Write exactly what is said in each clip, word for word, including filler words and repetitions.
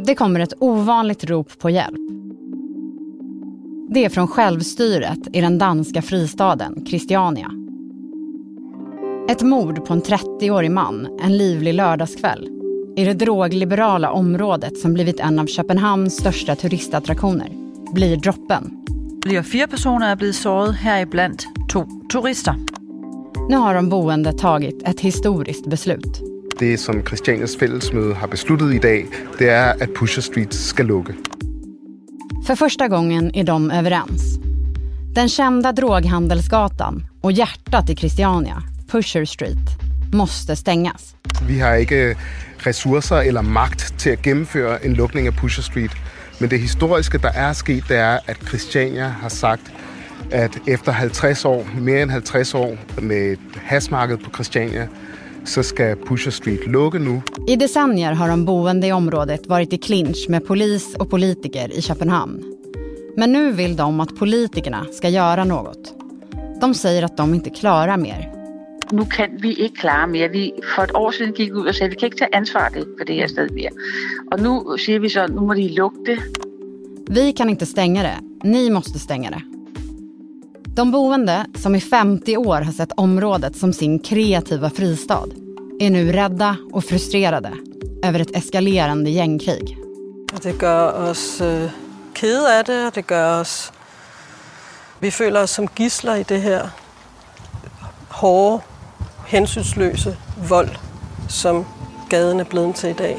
Det kommer ett ovanligt rop på hjälp. Det är från självstyret i den danska fristaden Christiania. Ett mord på en trettioårig man en livlig lördagskväll i det drogliberala området som blivit en av Köpenhamns största turistattraktioner blir droppen. Fyra personer är blivit såret här ibland två turister. Nu har de boende tagit ett historiskt beslut. Det som Christianias fællesmøde har besluttet idag, det är att Pusher Street ska lugga. För första gången är de överens. Den kända droghandelsgatan och hjärtat i Christiania, Pusher Street, måste stängas. Vi har inte resurser eller makt till att genomföra en lukning av Pusher Street. Men det historiska där är sket, det är att Christiania har sagt att efter halvtreds år, mer än halvtreds år med hashmarkedet på Christiania, så ska Pusher Street lugga nu. I decennier har de boende i området varit i clinch med polis och politiker i Köpenhamn. Men nu vill de att politikerna ska göra något. De säger att de inte klarar mer. Nu kan vi inte klara mer. Vi för ett år sedan gick ut och sa att vi kan inte ta ansvar för det här stället mer. Och nu säger vi så att nu måste de lukta. Vi kan inte stänga det. Ni måste stänga det. De boende som i femtio år har sett området som sin kreativa fristad är nu rädda och frustrerade över ett eskalerande gängkrig. Det gör oss uh, kede av det, och det gör oss... Vi føler oss som gisslar i det här hårde, hänsynslösa våld som gaden är blivit till idag.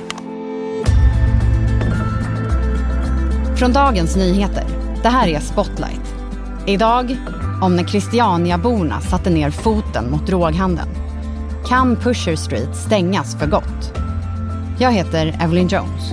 Från dagens nyheter, det här är Spotlight. Idag om när Christiania-borna satte ner foten mot droghandeln. Kan Pusher Street stängas för gott? Jag heter Evelyn Jones.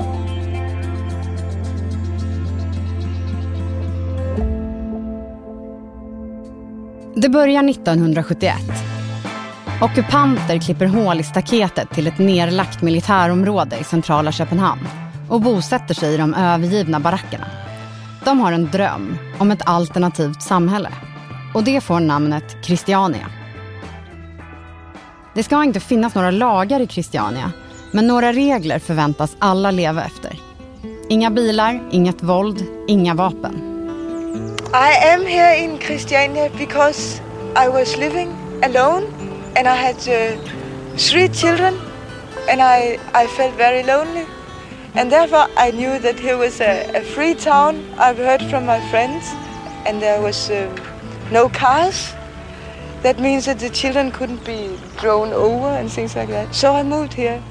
Det börjar nittonhundrasjuttioett. Ockupanter klipper hål i staketet till ett nerlagt militärområde i centrala Köpenhamn och bosätter sig i de övergivna barackerna. De har en dröm om ett alternativt samhälle. Och det får namnet Christiania. Det ska inte finnas några lagar i Christiania, men några regler förväntas alla leva efter. Inga bilar, inget våld, inga vapen. I am here in Christiania because I was living alone and I had uh, three children and I, I felt very lonely. And therefore I knew that here was a, a free town. I've heard from my friends and there was uh, no cars. That means that the children couldn't be thrown over and things like that. So I moved here.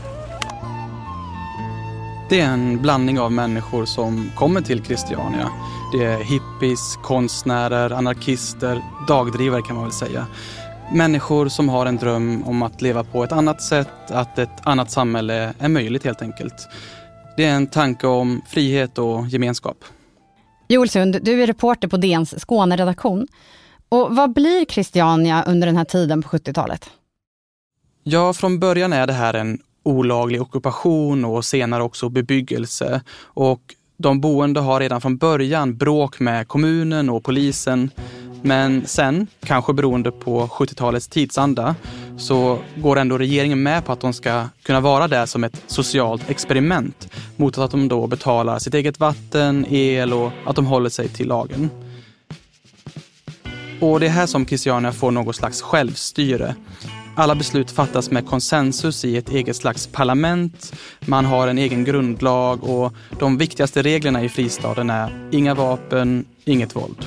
Det är en blandning av människor som kommer till Christiania. Det är hippies, konstnärer, anarkister, dagdrivare kan man väl säga. Människor som har en dröm om att leva på ett annat sätt, att ett annat samhälle är möjligt helt enkelt. Det är en tanke om frihet och gemenskap. Joel Sund, du är reporter på D N:s Skåne-redaktion. Och vad blir Christiania under den här tiden på sjuttiotalet? Ja, från början är det här en olaglig ockupation och senare också bebyggelse. Och de boende har redan från början bråk med kommunen och polisen. Men sen, kanske beroende på sjuttiotalets tidsanda, så går ändå regeringen med på att de ska kunna vara där som ett socialt experiment mot att de då betalar sitt eget vatten, el och att de håller sig till lagen. Och det är här som Christiania får något slags självstyre. Alla beslut fattas med konsensus i ett eget slags parlament. Man har en egen grundlag och de viktigaste reglerna i fristaden är inga vapen, inget våld.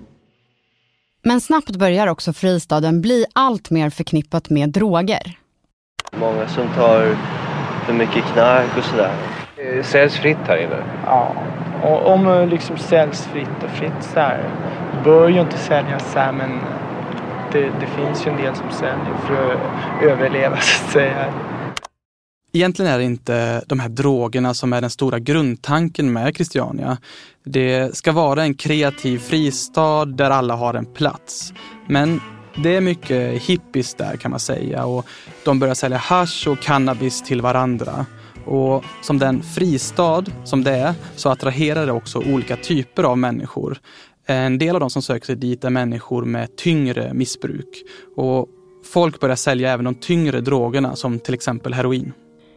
Men snabbt börjar också fristaden bli allt mer förknippat med droger. Många som tar för mycket knark och sådär. Säljs fritt här inne? Ja, och om liksom säljs fritt och fritt så här, bör ju inte säljas så här, men det, det finns ju en del som säljer för att överleva så att säga. Egentligen är det inte de här drogerna som är den stora grundtanken med Christiania. Det ska vara en kreativ fristad där alla har en plats. Men det är mycket hippies där kan man säga, och de börjar sälja hasch och cannabis till varandra. Och som den fristad som det är så attraherar det också olika typer av människor. En del av de som söker sig dit är människor med tyngre missbruk. Och folk börjar sälja även de tyngre drogerna som till exempel heroin.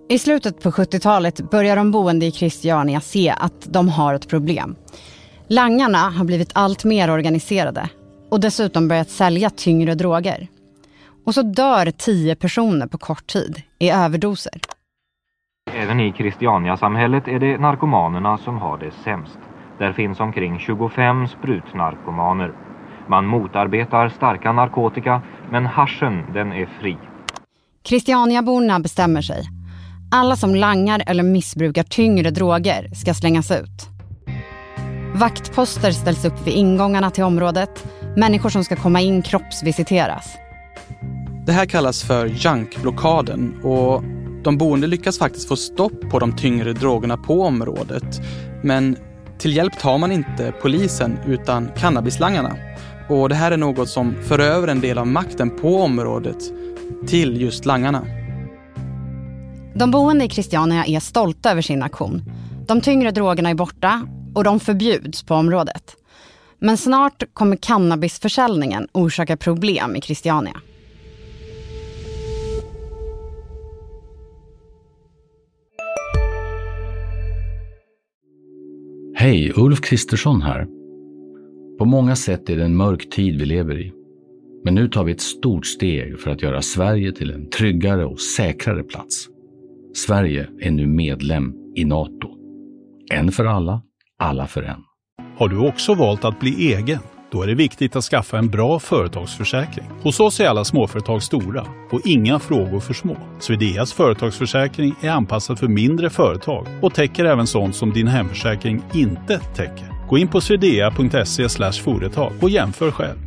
I slutet på sjuttiotalet börjar de boende i Christiania se att de har ett problem. Langarna har blivit allt mer organiserade och dessutom börjat sälja tyngre droger. Och så dör tio personer på kort tid i överdoser. Även i Christiania-samhället är det narkomanerna som har det sämst. Där finns omkring tjugofem sprutnarkomaner. Man motarbetar starka narkotika, men haschen den är fri. Christianiaborna bestämmer sig. Alla som langar eller missbrukar tyngre droger ska slängas ut. Vaktposter ställs upp vid ingångarna till området. Människor som ska komma in kroppsvisiteras. Det här kallas för junkblockaden och de boende lyckas faktiskt få stopp på de tyngre drogerna på området. Men till hjälp tar man inte polisen utan cannabislangarna. Och det här är något som för över en del av makten på området till just langarna. De boende i Christiania är stolta över sin aktion. De tyngre drogerna är borta och de förbjuds på området. Men snart kommer cannabisförsäljningen orsaka problem i Christiania. Hej, Ulf Kristersson här. På många sätt är det en mörk tid vi lever i. Men nu tar vi ett stort steg för att göra Sverige till en tryggare och säkrare plats. Sverige är nu medlem i NATO. En för alla, alla för en. Har du också valt att bli egen? Då är det viktigt att skaffa en bra företagsförsäkring. Hos oss är alla småföretag stora och inga frågor för små. Swedeas företagsförsäkring är anpassad för mindre företag och täcker även sånt som din hemförsäkring inte täcker. Gå in på swedea punkt se slash företag och jämför själv.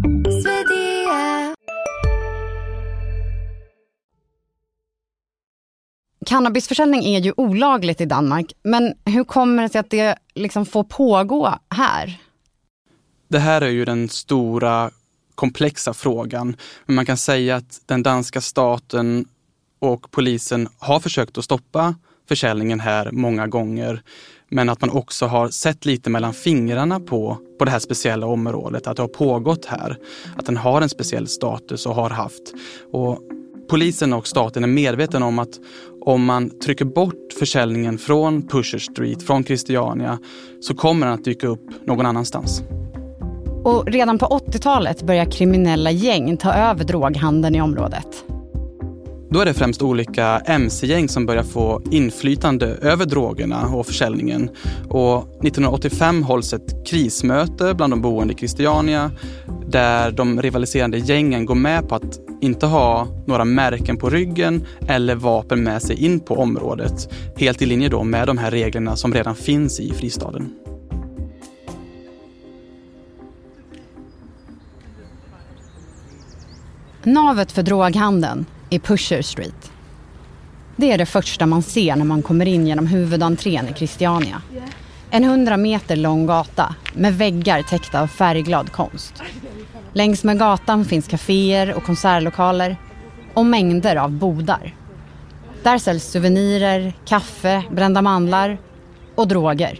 Cannabisförsäljning är ju olagligt i Danmark, men hur kommer det sig att det liksom får pågå här? Det här är ju den stora komplexa frågan. Men man kan säga att den danska staten och polisen har försökt att stoppa försäljningen här många gånger. Men att man också har sett lite mellan fingrarna på, på det här speciella området. Att det har pågått här. Att den har en speciell status och har haft. Och polisen och staten är medveten om att om man trycker bort försäljningen från Pusher Street, från Christiania, så kommer den att dyka upp någon annanstans. Och redan på åttiotalet börjar kriminella gäng ta över droghandeln i området. Då är det främst olika M C-gäng som börjar få inflytande över drogerna och försäljningen. Och nittonhundraåttiofem hålls ett krismöte bland de boende i Christiania där de rivaliserande gängen går med på att inte ha några märken på ryggen eller vapen med sig in på området. Helt i linje då med de här reglerna som redan finns i fristaden. Navet för droghandeln är Pusher Street. Det är det första man ser när man kommer in genom huvudentrén i Christiania. En hundra meter lång gata med väggar täckta av färgglad konst. Längs med gatan finns kaféer och konsertlokaler och mängder av bodar. Där säljs souvenirer, kaffe, brända mandlar och droger.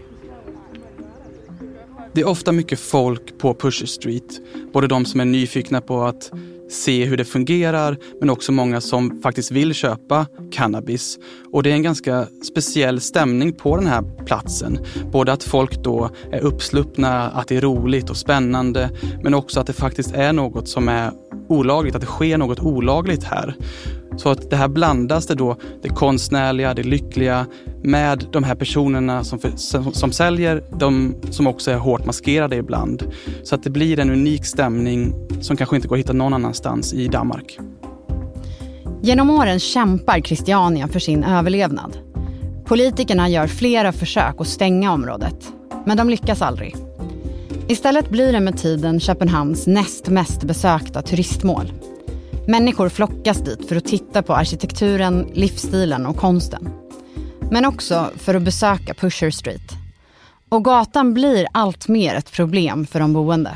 Det är ofta mycket folk på Pusher Street. Både de som är nyfikna på att se hur det fungerar, men också många som faktiskt vill köpa cannabis. Och det är en ganska speciell stämning på den här platsen. Både att folk då är uppsluppna, att det är roligt och spännande, men också att det faktiskt är något som är olagligt, att det sker något olagligt här. Så att det här blandas det då, det konstnärliga, det lyckliga med de här personerna som, för, som, som säljer, de som också är hårt maskerade ibland. Så att det blir en unik stämning som kanske inte går att hitta någon annanstans i Danmark. Genom åren kämpar Christiania för sin överlevnad. Politikerna gör flera försök att stänga området, men de lyckas aldrig. Istället blir det med tiden Köpenhamns näst mest besökta turistmål. Människor flockas dit för att titta på arkitekturen, livsstilen och konsten. Men också för att besöka Pusher Street. Och gatan blir allt mer ett problem för de boende.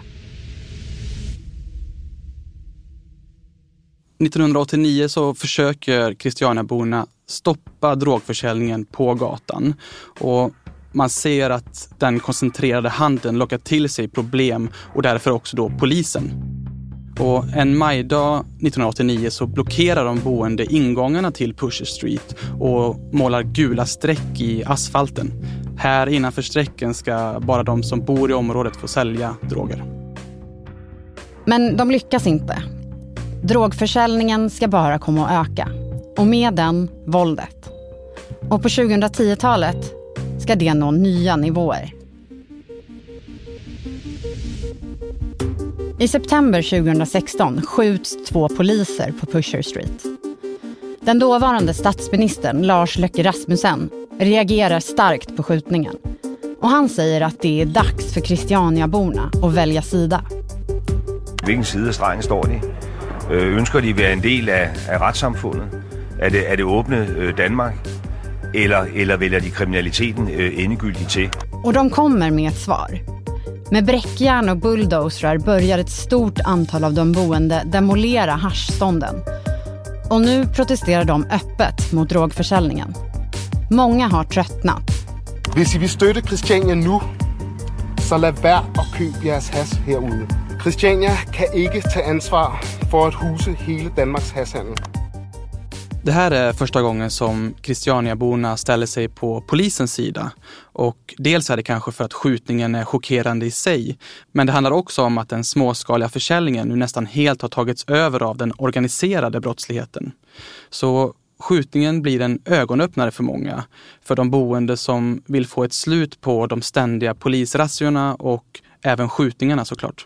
nittonhundraåttionio så försöker Christianiaborna stoppa drogförsäljningen på gatan. Och man ser att den koncentrerade handeln lockar till sig problem och därför också då polisen. Och en majdag nittonhundraåttionio så blockerar de boende ingångarna till Pusher Street och målar gula streck i asfalten. Här innanför strecken ska bara de som bor i området få sälja droger. Men de lyckas inte. Drogförsäljningen ska bara komma att öka. Och med den, våldet. Och på tjugohundratio-talet ska det nå nya nivåer. I september tjugohundrasexton skjuts två poliser på Pusher Street. Den dåvarande statsministern Lars Løkke Rasmussen reagerar starkt på skjutningen. Och han säger att det är dags för Christianiaborna att välja sida. Hvilken side af stregen står de? Ønsker de at være en del af, af retssamfundet? Er det, er det åbne Danmark? Eller, eller vælger de kriminaliteten endegyldigt til? Och de kommer med ett svar. Med bräckjärn och bulldozrar börjar ett stort antal av de boende demolera haschstånden. Och nu protesterar de öppet mot drogförsäljningen. Många har tröttnat. Hvis I vil støtte Christiania nu, så lad være at købe jeres hash herude. Christiania kan ikke ta ansvar för att huse hela Danmarks hashhandel. Det här är första gången som Christianiaborna ställer sig på polisens sida. Och dels är det kanske för att skjutningen är chockerande i sig. Men det handlar också om att den småskaliga försäljningen nu nästan helt har tagits över av den organiserade brottsligheten. Så skjutningen blir en ögonöppnare för många. För de boende som vill få ett slut på de ständiga polisrazziorna och även skjutningarna såklart.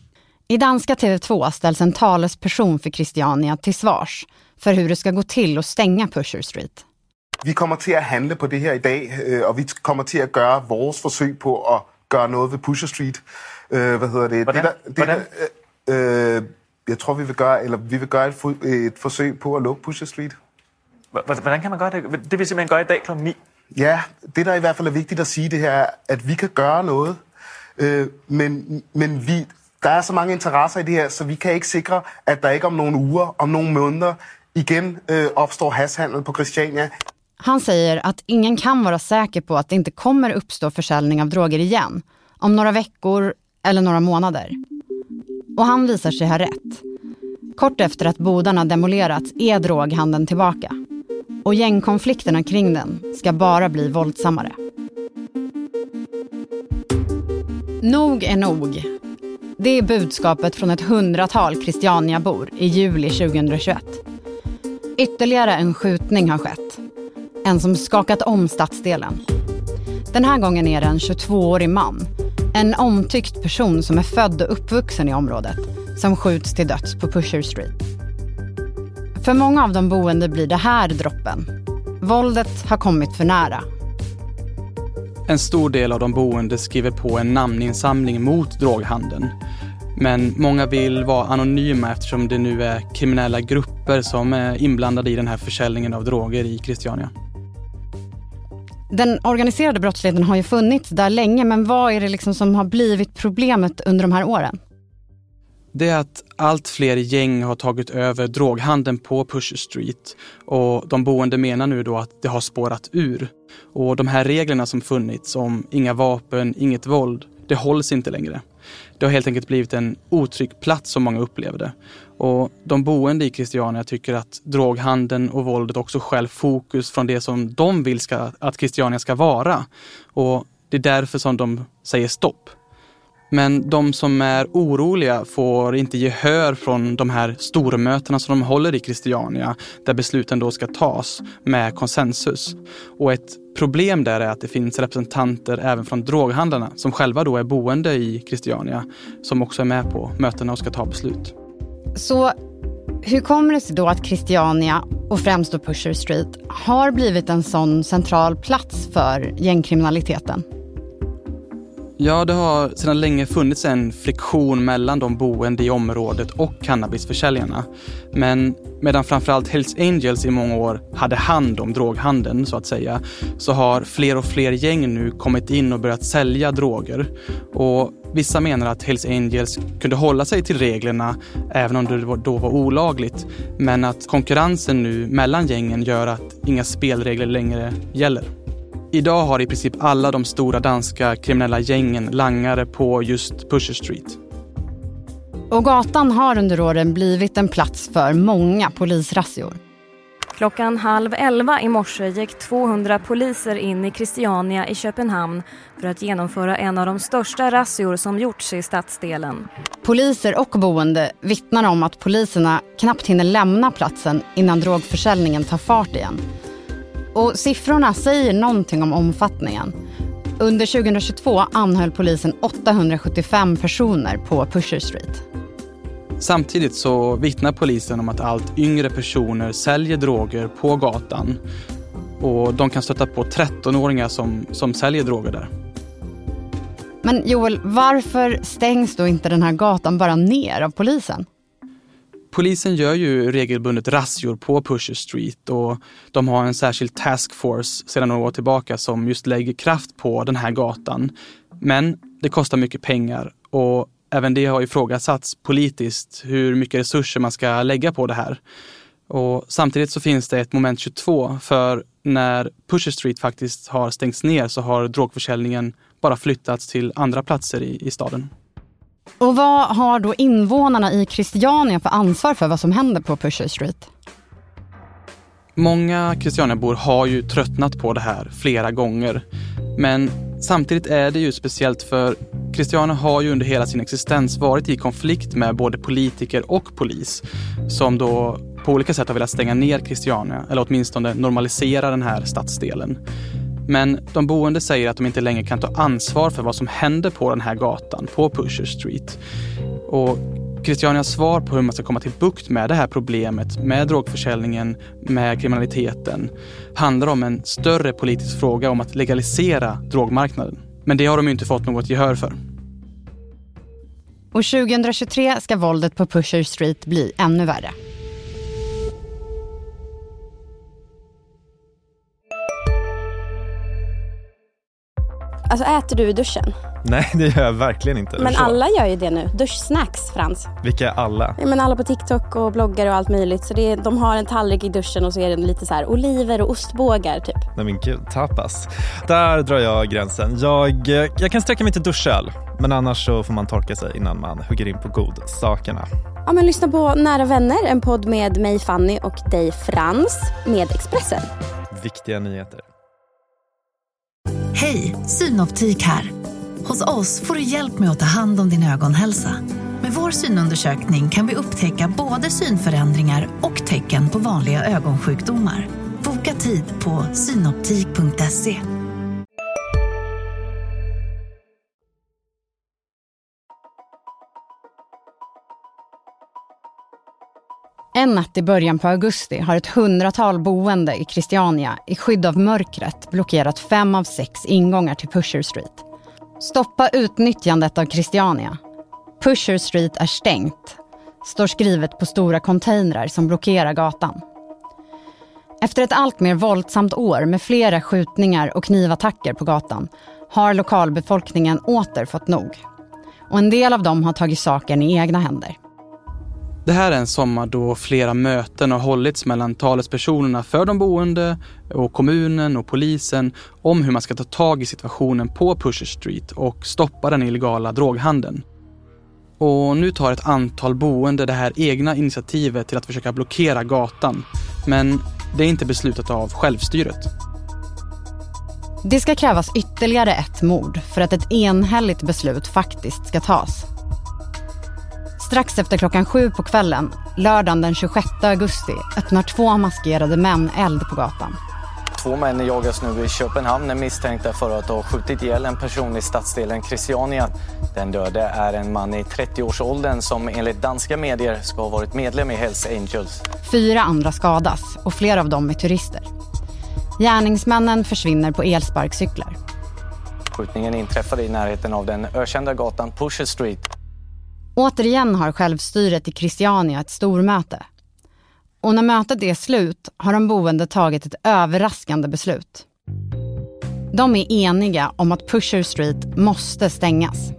I danska T V två ställs en talesperson för Christiania till svars för hur det ska gå till att stänga Pusher Street. Vi kommer till att handla på det här idag och vi kommer till att göra vårt försök på att göra något vid Pusher Street. Uh, vad heter det? Hvordan? det, der, det der, uh, jag tror vi vill göra eller vi vill göra ett, ett försök på att lukke Pusher Street. Hvordan kan man göra det? Det vill simpelthen göra idag klokken ni. Ja, det der i hvert fald er vigtigt at sige det her er, at vi kan gøre noget, uh, men men vi der er så mange interesser i det her, så vi kan ikke sikre at der ikke om nogle uger, om nogle måneder igen uh, opstår hashhandel på Christiania. Han säger att ingen kan vara säker på att det inte kommer uppstå försäljning av droger igen om några veckor eller några månader. Och han visar sig ha rätt. Kort efter att bodarna demolerats är droghandeln tillbaka. Och gängkonflikterna kring den ska bara bli våldsammare. Nog är nog. Det är budskapet från ett hundratal Christianiabor i juli tjugohundratjugoett. Ytterligare en skjutning har skett. En som skakat om stadsdelen. Den här gången är det en tjugotvåårig man. En omtyckt person som är född och uppvuxen i området. Som skjuts till döds på Pusher Street. För många av de boende blir det här droppen. Våldet har kommit för nära. En stor del av de boende skriver på en namninsamling mot droghandeln. Men många vill vara anonyma eftersom det nu är kriminella grupper som är inblandade i den här försäljningen av droger i Christiania. Den organiserade brottsligheten har ju funnits där länge, men vad är det liksom som har blivit problemet under de här åren? Det är att allt fler gäng har tagit över droghandeln på Pusher Street och de boende menar nu då att det har spårat ur. Och de här reglerna som funnits om inga vapen, inget våld, det hålls inte längre. Det har helt enkelt blivit en otrygg plats som många upplever det. Och de boende i Christiania tycker att droghandeln och våldet också själv fokus från det som de vill ska, att Christiania ska vara. Och det är därför som de säger stopp. Men de som är oroliga får inte gehör från de här stormötena som de håller i Christiania där besluten då ska tas med konsensus. Och ett problem där är att det finns representanter även från droghandlarna som själva då är boende i Christiania som också är med på mötena och ska ta beslut. Så hur kommer det sig då att Christiania och främst då Pusher Street har blivit en sån central plats för gängkriminaliteten? Ja, det har sedan länge funnits en friktion mellan de boende i området och cannabisförsäljarna. Men medan framförallt Hells Angels i många år hade hand om droghandeln så att säga, så har fler och fler gäng nu kommit in och börjat sälja droger. Och vissa menar att Hells Angels kunde hålla sig till reglerna även om det då var olagligt. Men att konkurrensen nu mellan gängen gör att inga spelregler längre gäller. Idag har i princip alla de stora danska kriminella gängen langare på just Pusher Street. Och gatan har under åren blivit en plats för många polisrazzior. Klockan halv elva i morse gick tvåhundra poliser in i Christiania i Köpenhamn för att genomföra en av de största razzior som gjorts i stadsdelen. Poliser och boende vittnar om att poliserna knappt hinner lämna platsen innan drogförsäljningen tar fart igen. Och siffrorna säger någonting om omfattningen. Under tjugohundratjugotvå anhöll polisen åttahundrasjuttiofem personer på Pusher Street. Samtidigt så vittnar polisen om att allt yngre personer säljer droger på gatan. Och de kan stöta på trettonåringar som, som säljer droger där. Men Joel, varför stängs då inte den här gatan bara ner av polisen? Polisen gör ju regelbundet razzior på Pusher Street och de har en särskild taskforce sedan några år tillbaka som just lägger kraft på den här gatan. Men det kostar mycket pengar och även det har ifrågasatts politiskt hur mycket resurser man ska lägga på det här. Och samtidigt så finns det ett moment tjugotvå, för när Pusher Street faktiskt har stängts ner så har drogförsäljningen bara flyttats till andra platser i, i staden. Och vad har då invånarna i Christiania för ansvar för vad som händer på Pusher Street? Många Christianiabor har ju tröttnat på det här flera gånger. Men samtidigt är det ju speciellt för Christiania har ju under hela sin existens varit i konflikt med både politiker och polis som då på olika sätt har velat stänga ner Christiania eller åtminstone normalisera den här stadsdelen. Men de boende säger att de inte längre kan ta ansvar för vad som händer på den här gatan, på Pusher Street. Och Christianias svar på hur man ska komma till bukt med det här problemet, med drogförsäljningen, med kriminaliteten, handlar om en större politisk fråga om att legalisera drogmarknaden. Men det har de ju inte fått något gehör för. Och tjugohundratjugotre ska våldet på Pusher Street bli ännu värre. Alltså äter du i duschen? Nej, det gör jag verkligen inte. Men alla gör ju det nu. Duschsnacks, Frans. Vilka är alla? Ja, men alla på TikTok och bloggar och allt möjligt. Så det är, de har en tallrik i duschen och så är det lite så här oliver och ostbågar typ. Nej men gud, tapas. Där drar jag gränsen. Jag, jag kan sträcka mig till duschöl. Men annars så får man torka sig innan man hugger in på god sakerna. Ja, men lyssna på Nära vänner, en podd med mig Fanny och dig Frans med Expressen. Viktiga nyheter. Hej, Synoptik här. Hos oss får du hjälp med att ta hand om din ögonhälsa. Med vår synundersökning kan vi upptäcka både synförändringar och tecken på vanliga ögonsjukdomar. Boka tid på synoptik punkt se. En natt i början på augusti har ett hundratal boende i Christiania i skydd av mörkret blockerat fem av sex ingångar till Pusher Street. Stoppa utnyttjandet av Christiania. Pusher Street är stängt, står skrivet på stora containrar som blockerar gatan. Efter ett allt mer våldsamt år med flera skjutningar och knivattacker på gatan har lokalbefolkningen åter fått nog. Och en del av dem har tagit saken i egna händer. Det här är en sommar då flera möten har hållits mellan talespersonerna för de boende och kommunen och polisen om hur man ska ta tag i situationen på Pusher Street och stoppa den illegala droghandeln. Och nu tar ett antal boende det här egna initiativet till att försöka blockera gatan. Men det är inte beslutat av självstyret. Det ska krävas ytterligare ett mord för att ett enhälligt beslut faktiskt ska tas. Strax efter klockan sju på kvällen, lördagen den tjugosjätte augusti, öppnar två maskerade män eld på gatan. Två män jagas nu i Köpenhamn är misstänkta för att ha skjutit ihjäl en person i stadsdelen Christiania. Den döde är en man i trettioårsåldern som enligt danska medier ska ha varit medlem i Hells Angels. Fyra andra skadas och flera av dem är turister. Gärningsmännen försvinner på elsparkcyklar. Skjutningen inträffade i närheten av den ökända gatan Pusher Street. Återigen har självstyret i Christiania ett stormöte. Och när mötet är slut har de boende tagit ett överraskande beslut. De är eniga om att Pusher Street måste stängas.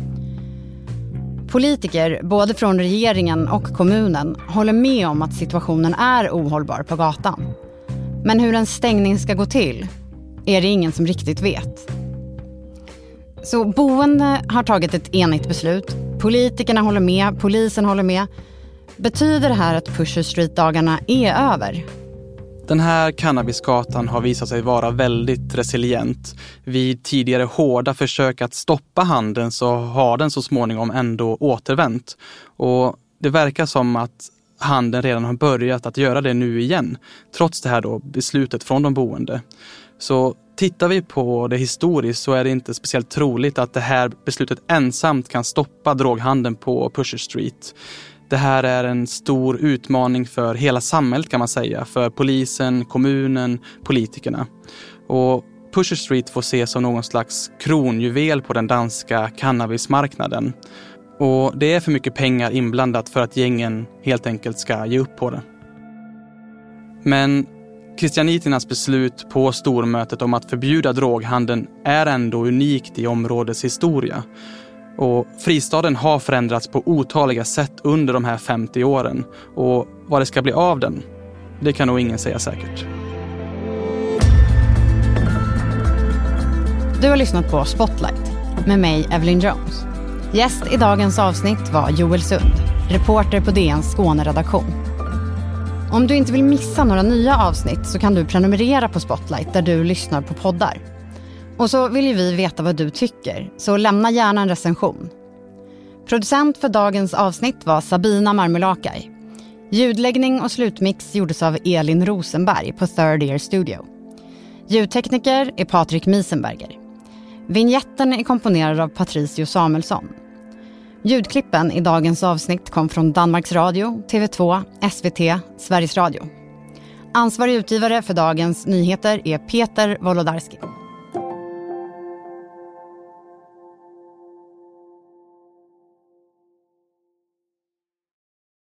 Politiker, både från regeringen och kommunen, håller med om att situationen är ohållbar på gatan. Men hur en stängning ska gå till är det ingen som riktigt vet. Så boende har tagit ett enigt beslut. Politikerna håller med, polisen håller med. Betyder det här att Pusher Street-dagarna är över? Den här cannabisgatan har visat sig vara väldigt resilient. Vid tidigare hårda försök att stoppa handeln så har den så småningom ändå återvänt. Och det verkar som att handeln redan har börjat att göra det nu igen, trots det här då beslutet från de boende. Så tittar vi på det historiskt så är det inte speciellt troligt att det här beslutet ensamt kan stoppa droghandeln på Pusher Street. Det här är en stor utmaning för hela samhället kan man säga, för polisen, kommunen, politikerna. Och Pusher Street får ses som någon slags kronjuvel på den danska cannabismarknaden. Och det är för mycket pengar inblandat för att gängen helt enkelt ska ge upp på det. Men Christianiternas beslut på stormötet om att förbjuda droghandeln är ändå unikt i områdets historia. Och fristaden har förändrats på otaliga sätt under de här femtio åren. Och vad det ska bli av den, det kan nog ingen säga säkert. Du har lyssnat på Spotlight med mig, Evelyn Jones. Gäst i dagens avsnitt var Joel Sund, reporter på D N:s Skåne-redaktion. Om du inte vill missa några nya avsnitt så kan du prenumerera på Spotlight där du lyssnar på poddar. Och så vill ju vi veta vad du tycker, så lämna gärna en recension. Producent för dagens avsnitt var Sabina Marmulakai. Ljudläggning och slutmix gjordes av Elin Rosenberg på Third Ear Studio. Ljudtekniker är Patrik Miesenberger. Vignetten är komponerad av Patricio Samuelsson. Ljudklippen i dagens avsnitt kom från Danmarks Radio, T V två, S V T, Sveriges Radio. Ansvarig utgivare för dagens nyheter är Peter Wolodarski.